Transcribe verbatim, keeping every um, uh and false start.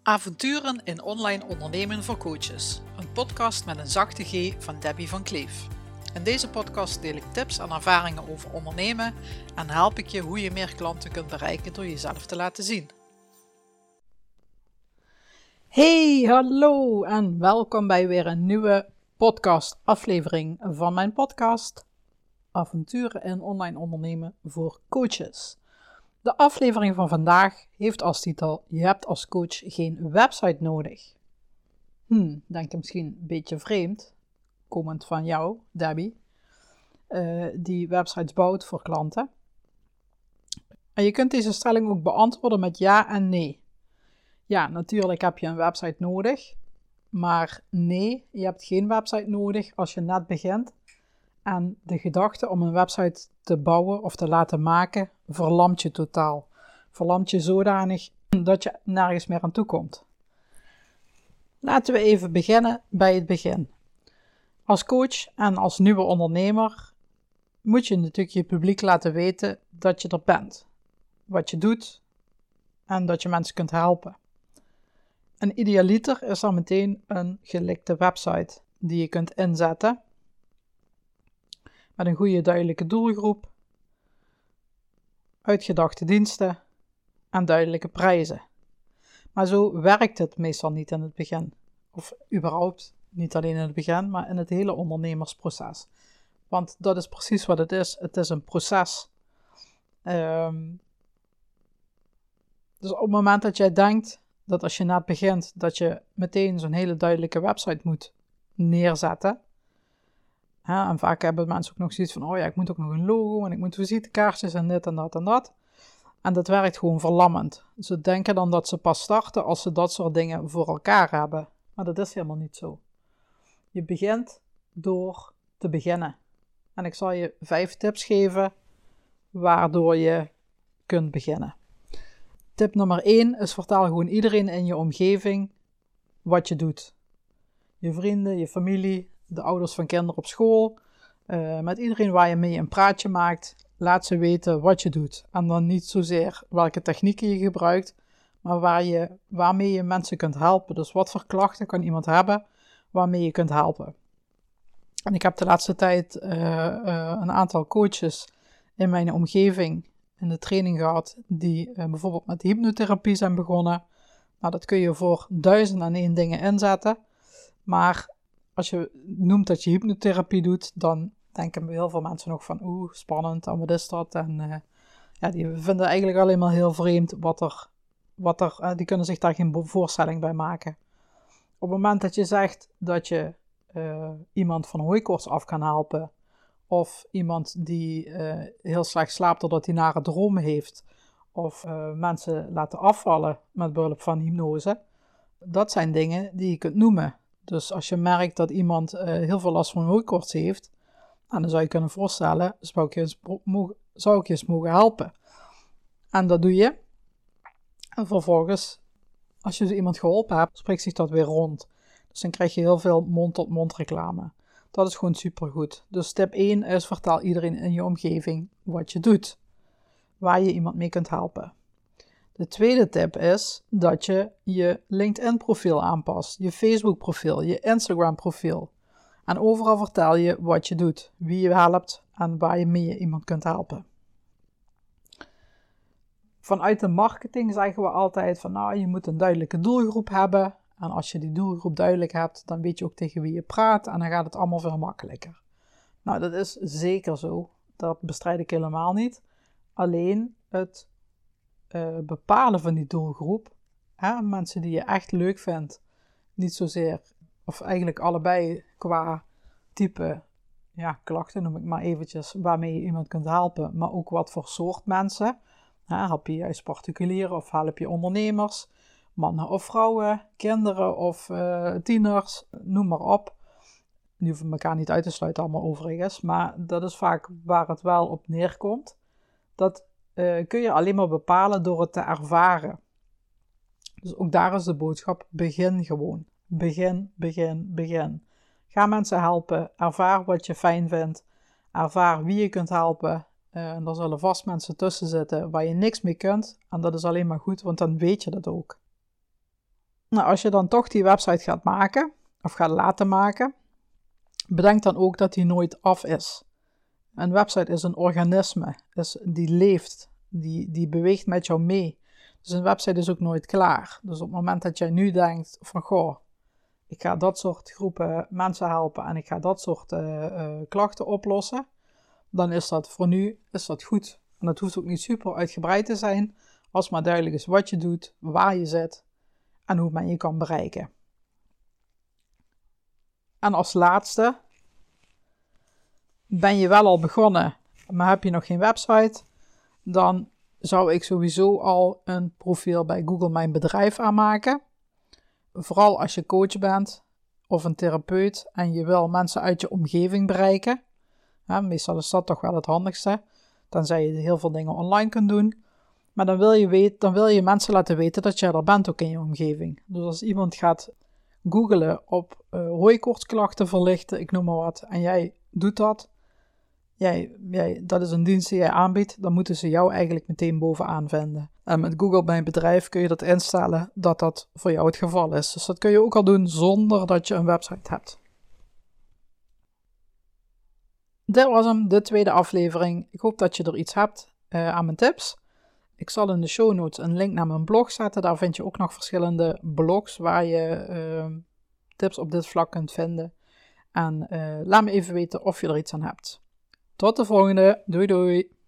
Avonturen in online ondernemen voor coaches. Een podcast met een zachte G van Debbie van Kleef. In deze podcast deel ik tips en ervaringen over ondernemen en help ik je hoe je meer klanten kunt bereiken door jezelf te laten zien. Hey, hallo en welkom bij weer een nieuwe podcast aflevering van mijn podcast Avonturen in online ondernemen voor coaches. De aflevering van vandaag heeft als titel: Je hebt als coach geen website nodig. Hmm, denk je misschien een beetje vreemd, komend van jou, Debbie, uh, die websites bouwt voor klanten. En je kunt deze stelling ook beantwoorden met ja en nee. Ja, natuurlijk heb je een website nodig, maar nee, je hebt geen website nodig als je net begint. En de gedachte om een website te bouwen of te laten maken verlamt je totaal. Verlamt je zodanig dat je nergens meer aan toe komt. Laten we even beginnen bij het begin. Als coach en als nieuwe ondernemer moet je natuurlijk je publiek laten weten dat je er bent. Wat je doet en dat je mensen kunt helpen. Een idealiter is dan meteen een gelikte website die je kunt inzetten. Met een goede duidelijke doelgroep, uitgedachte diensten en duidelijke prijzen. Maar zo werkt het meestal niet in het begin. Of überhaupt niet alleen in het begin, maar in het hele ondernemersproces. Want dat is precies wat het is. Het is een proces. Um, dus op het moment dat jij denkt dat als je net begint, dat je meteen zo'n hele duidelijke website moet neerzetten. Ja, en vaak hebben mensen ook nog zoiets van, oh ja, ik moet ook nog een logo en ik moet visitekaartjes en dit en dat en dat. En dat werkt gewoon verlammend. Ze denken dan dat ze pas starten als ze dat soort dingen voor elkaar hebben. Maar dat is helemaal niet zo. Je begint door te beginnen. En ik zal je vijf tips geven waardoor je kunt beginnen. Tip nummer één is: vertel gewoon iedereen in je omgeving wat je doet. Je vrienden, je familie, de ouders van kinderen op school, uh, met iedereen waar je mee een praatje maakt, laat ze weten wat je doet. En dan niet zozeer welke technieken je gebruikt, maar waar je, waarmee je mensen kunt helpen. Dus wat voor klachten kan iemand hebben waarmee je kunt helpen. En ik heb de laatste tijd uh, uh, een aantal coaches in mijn omgeving in de training gehad, die uh, bijvoorbeeld met hypnotherapie zijn begonnen. Nou, dat kun je voor duizend en één dingen inzetten, maar als je noemt dat je hypnotherapie doet, dan denken heel veel mensen nog van oeh, spannend, en wat is dat? En uh, ja, die vinden eigenlijk alleen maar heel vreemd wat er, wat er, uh, die kunnen zich daar geen voorstelling bij maken. Op het moment dat je zegt dat je uh, iemand van hooikoorts af kan helpen, of iemand die uh, heel slecht slaapt doordat hij nare dromen heeft, of uh, mensen laten afvallen met behulp van hypnose, dat zijn dingen die je kunt noemen. Dus als je merkt dat iemand uh, heel veel last van hooikoorts heeft, nou, dan zou je kunnen voorstellen, zou ik, je eens, zou ik je eens mogen helpen. En dat doe je. En vervolgens, als je zo iemand geholpen hebt, spreekt zich dat weer rond. Dus dan krijg je heel veel mond-tot-mond reclame. Dat is gewoon supergoed. Dus stap één is: vertel iedereen in je omgeving wat je doet. Waar je iemand mee kunt helpen. De tweede tip is dat je je LinkedIn-profiel aanpast, je Facebook-profiel, je Instagram-profiel. En overal vertel je wat je doet, wie je helpt en waar je mee iemand kunt helpen. Vanuit de marketing zeggen we altijd van nou, je moet een duidelijke doelgroep hebben. En als je die doelgroep duidelijk hebt, dan weet je ook tegen wie je praat en dan gaat het allemaal veel makkelijker. Nou, dat is zeker zo. Dat bestrijd ik helemaal niet. Alleen het Uh, bepalen van die doelgroep, hè, mensen die je echt leuk vindt, niet zozeer, of eigenlijk allebei qua type ja, klachten, noem ik maar eventjes, waarmee je iemand kunt helpen, maar ook wat voor soort mensen. Hè, help je juist particulieren of help je ondernemers, mannen of vrouwen, kinderen of uh, tieners, noem maar op. Die hoeven elkaar niet uit te sluiten allemaal overigens, maar dat is vaak waar het wel op neerkomt. Dat Uh, kun je alleen maar bepalen door het te ervaren. Dus ook daar is de boodschap: begin gewoon. Begin, begin, begin. Ga mensen helpen. Ervaar wat je fijn vindt. Ervaar wie je kunt helpen. Uh, en er zullen vast mensen tussen zitten waar je niks mee kunt. En dat is alleen maar goed, want dan weet je dat ook. Nou, als je dan toch die website gaat maken, of gaat laten maken, bedenk dan ook dat die nooit af is. Een website is een organisme, is, die leeft, die, die beweegt met jou mee. Dus een website is ook nooit klaar. Dus op het moment dat jij nu denkt van, goh, ik ga dat soort groepen mensen helpen en ik ga dat soort uh, uh, klachten oplossen, dan is dat voor nu is dat goed. En dat hoeft ook niet super uitgebreid te zijn, als maar duidelijk is wat je doet, waar je zit en hoe men je kan bereiken. En als laatste, ben je wel al begonnen, maar heb je nog geen website, dan zou ik sowieso al een profiel bij Google Mijn Bedrijf aanmaken. Vooral als je coach bent of een therapeut en je wil mensen uit je omgeving bereiken. Ja, meestal is dat toch wel het handigste, tenzij je heel veel dingen online kunt doen. Maar dan wil je, weet, dan wil je mensen laten weten dat jij er bent ook in je omgeving. Dus als iemand gaat googlen op uh, hooikoortsklachten verlichten, ik noem maar wat, en jij doet dat, jij, jij, dat is een dienst die jij aanbiedt, dan moeten ze jou eigenlijk meteen bovenaan vinden. En met Google Mijn Bedrijf kun je dat instellen dat dat voor jou het geval is. Dus dat kun je ook al doen zonder dat je een website hebt. Dit was hem, de tweede aflevering. Ik hoop dat je er iets hebt uh, aan mijn tips. Ik zal in de show notes een link naar mijn blog zetten. Daar vind je ook nog verschillende blogs waar je uh, tips op dit vlak kunt vinden. En uh, laat me even weten of je er iets aan hebt. Tot de volgende. Doei doei.